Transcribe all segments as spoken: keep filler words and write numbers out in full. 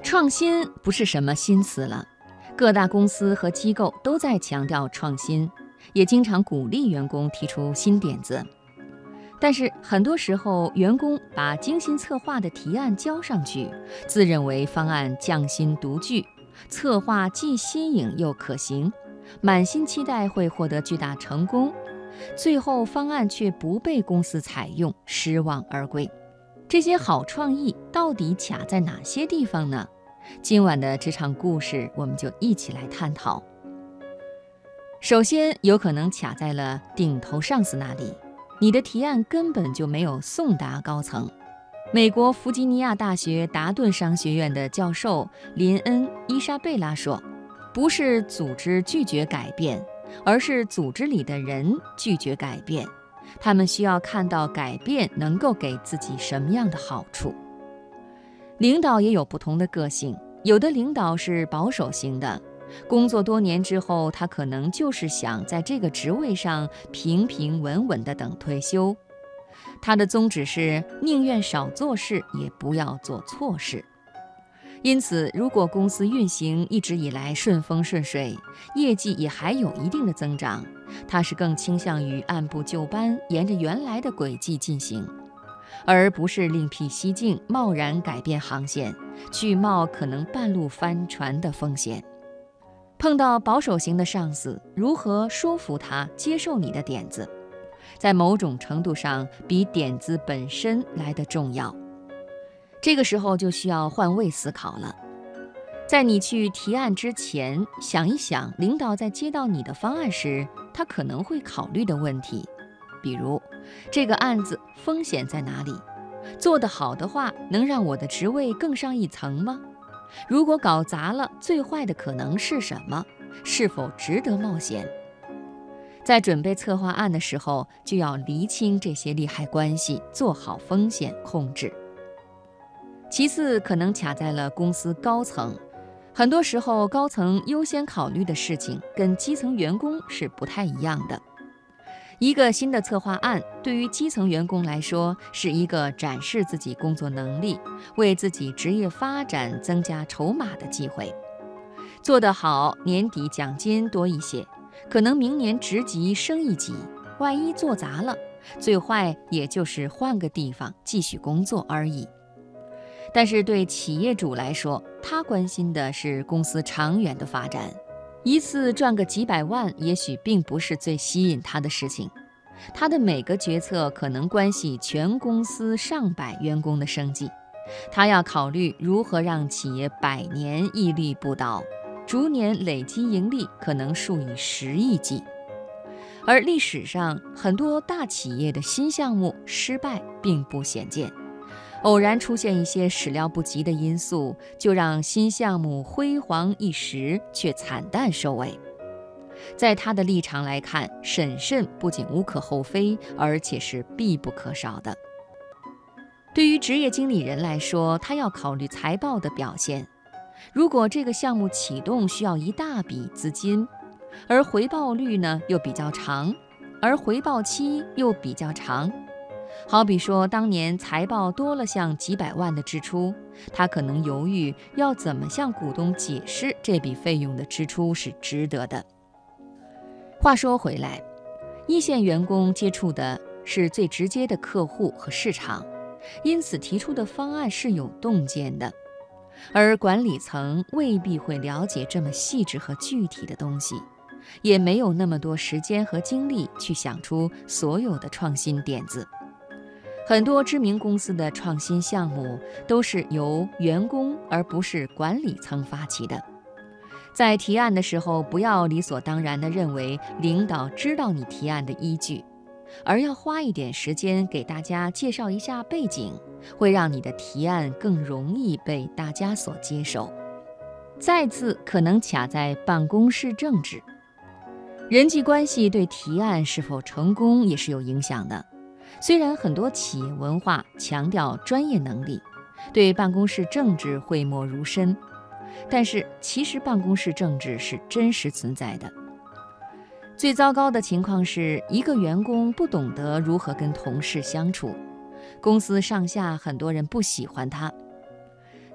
创新不是什么新词了，各大公司和机构都在强调创新，也经常鼓励员工提出新点子。但是很多时候，员工把精心策划的提案交上去，自认为方案匠心独具，策划既新颖又可行，满心期待会获得巨大成功，最后方案却不被公司采用，失望而归。这些好创意到底卡在哪些地方呢？今晚的职场故事，我们就一起来探讨。首先，有可能卡在了顶头上司那里，你的提案根本就没有送达高层。美国弗吉尼亚大学达顿商学院的教授林恩·伊莎贝拉说，不是组织拒绝改变，而是组织里的人拒绝改变。他们需要看到改变能够给自己什么样的好处。领导也有不同的个性，有的领导是保守型的，工作多年之后，他可能就是想在这个职位上平平稳稳地等退休。他的宗旨是宁愿少做事，也不要做错事。因此，如果公司运行一直以来顺风顺水，业绩也还有一定的增长，他是更倾向于按部就班，沿着原来的轨迹进行，而不是另辟蹊径，贸然改变航线，去冒可能半路翻船的风险。碰到保守型的上司，如何说服他接受你的点子，在某种程度上比点子本身来得重要。这个时候就需要换位思考了。在你去提案之前，想一想领导在接到你的方案时，他可能会考虑的问题。比如，这个案子风险在哪里？做得好的话，能让我的职位更上一层吗？如果搞砸了，最坏的可能是什么？是否值得冒险？在准备策划案的时候，就要厘清这些利害关系，做好风险控制。其次，可能卡在了公司高层。很多时候，高层优先考虑的事情跟基层员工是不太一样的。一个新的策划案对于基层员工来说，是一个展示自己工作能力，为自己职业发展增加筹码的机会。做得好，年底奖金多一些，可能明年职级升一级。万一做砸了，最坏也就是换个地方继续工作而已。但是对企业主来说，他关心的是公司长远的发展。一次赚个几百万，也许并不是最吸引他的事情。他的每个决策可能关系全公司上百员工的生计。他要考虑如何让企业百年屹立不倒，逐年累积盈利可能数以十亿计。而历史上很多大企业的新项目失败并不鲜见。偶然出现一些始料不及的因素，就让新项目辉煌一时，却惨淡收尾。在他的立场来看，审慎不仅无可厚非，而且是必不可少的。对于职业经理人来说，他要考虑财报的表现。如果这个项目启动需要一大笔资金，而回报率呢又比较长，而回报期又比较长。好比说，当年财报多了项几百万的支出，他可能犹豫要怎么向股东解释这笔费用的支出是值得的。话说回来，一线员工接触的是最直接的客户和市场，因此提出的方案是有洞见的，而管理层未必会了解这么细致和具体的东西，也没有那么多时间和精力去想出所有的创新点子。很多知名公司的创新项目都是由员工而不是管理层发起的。在提案的时候，不要理所当然地认为领导知道你提案的依据，而要花一点时间给大家介绍一下背景，会让你的提案更容易被大家所接受。再次，可能卡在办公室政治。人际关系对提案是否成功也是有影响的。虽然很多企业文化强调专业能力，对办公室政治讳莫如深，但是其实办公室政治是真实存在的。最糟糕的情况是，一个员工不懂得如何跟同事相处，公司上下很多人不喜欢他。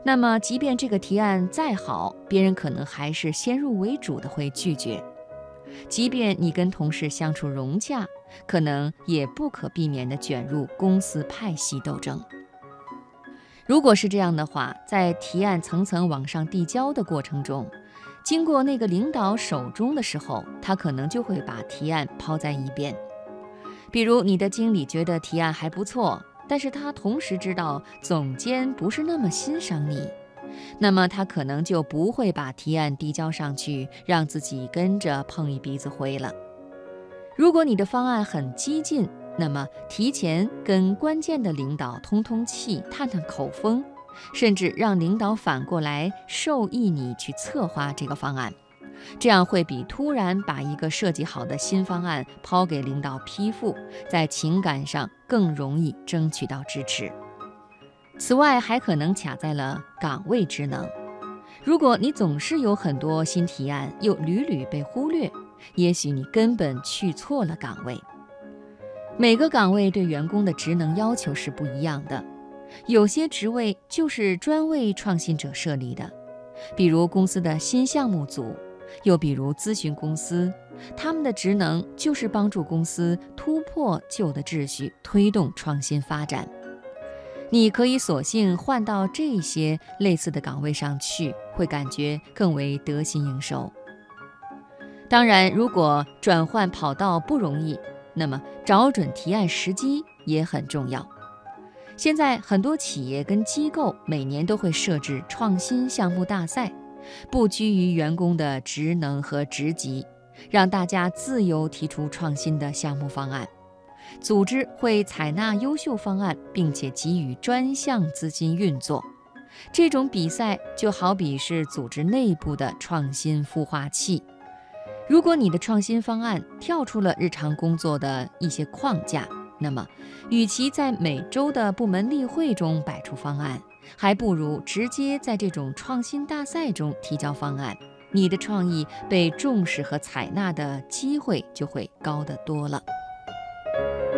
那么即便这个提案再好，别人可能还是先入为主的会拒绝。即便你跟同事相处融洽，可能也不可避免地卷入公司派系斗争。如果是这样的话，在提案层层往上递交的过程中，经过那个领导手中的时候，他可能就会把提案抛在一边。比如你的经理觉得提案还不错，但是他同时知道总监不是那么欣赏你，那么他可能就不会把提案递交上去，让自己跟着碰一鼻子灰了。如果你的方案很激进，那么提前跟关键的领导通通气，探探口风，甚至让领导反过来授意你去策划这个方案，这样会比突然把一个设计好的新方案抛给领导批复，在情感上更容易争取到支持。此外，还可能卡在了岗位职能。如果你总是有很多新提案，又屡屡被忽略，也许你根本去错了岗位。每个岗位对员工的职能要求是不一样的，有些职位就是专为创新者设立的，比如公司的新项目组，又比如咨询公司，他们的职能就是帮助公司突破旧的秩序，推动创新发展。你可以索性换到这些类似的岗位上去，会感觉更为得心应手。当然，如果转换跑道不容易，那么找准提案时机也很重要。现在很多企业跟机构每年都会设置创新项目大赛，不拘于员工的职能和职级，让大家自由提出创新的项目方案。组织会采纳优秀方案，并且给予专项资金运作。这种比赛就好比是组织内部的创新孵化器。如果你的创新方案跳出了日常工作的一些框架，那么与其在每周的部门例会中摆出方案，还不如直接在这种创新大赛中提交方案，你的创意被重视和采纳的机会就会高得多了。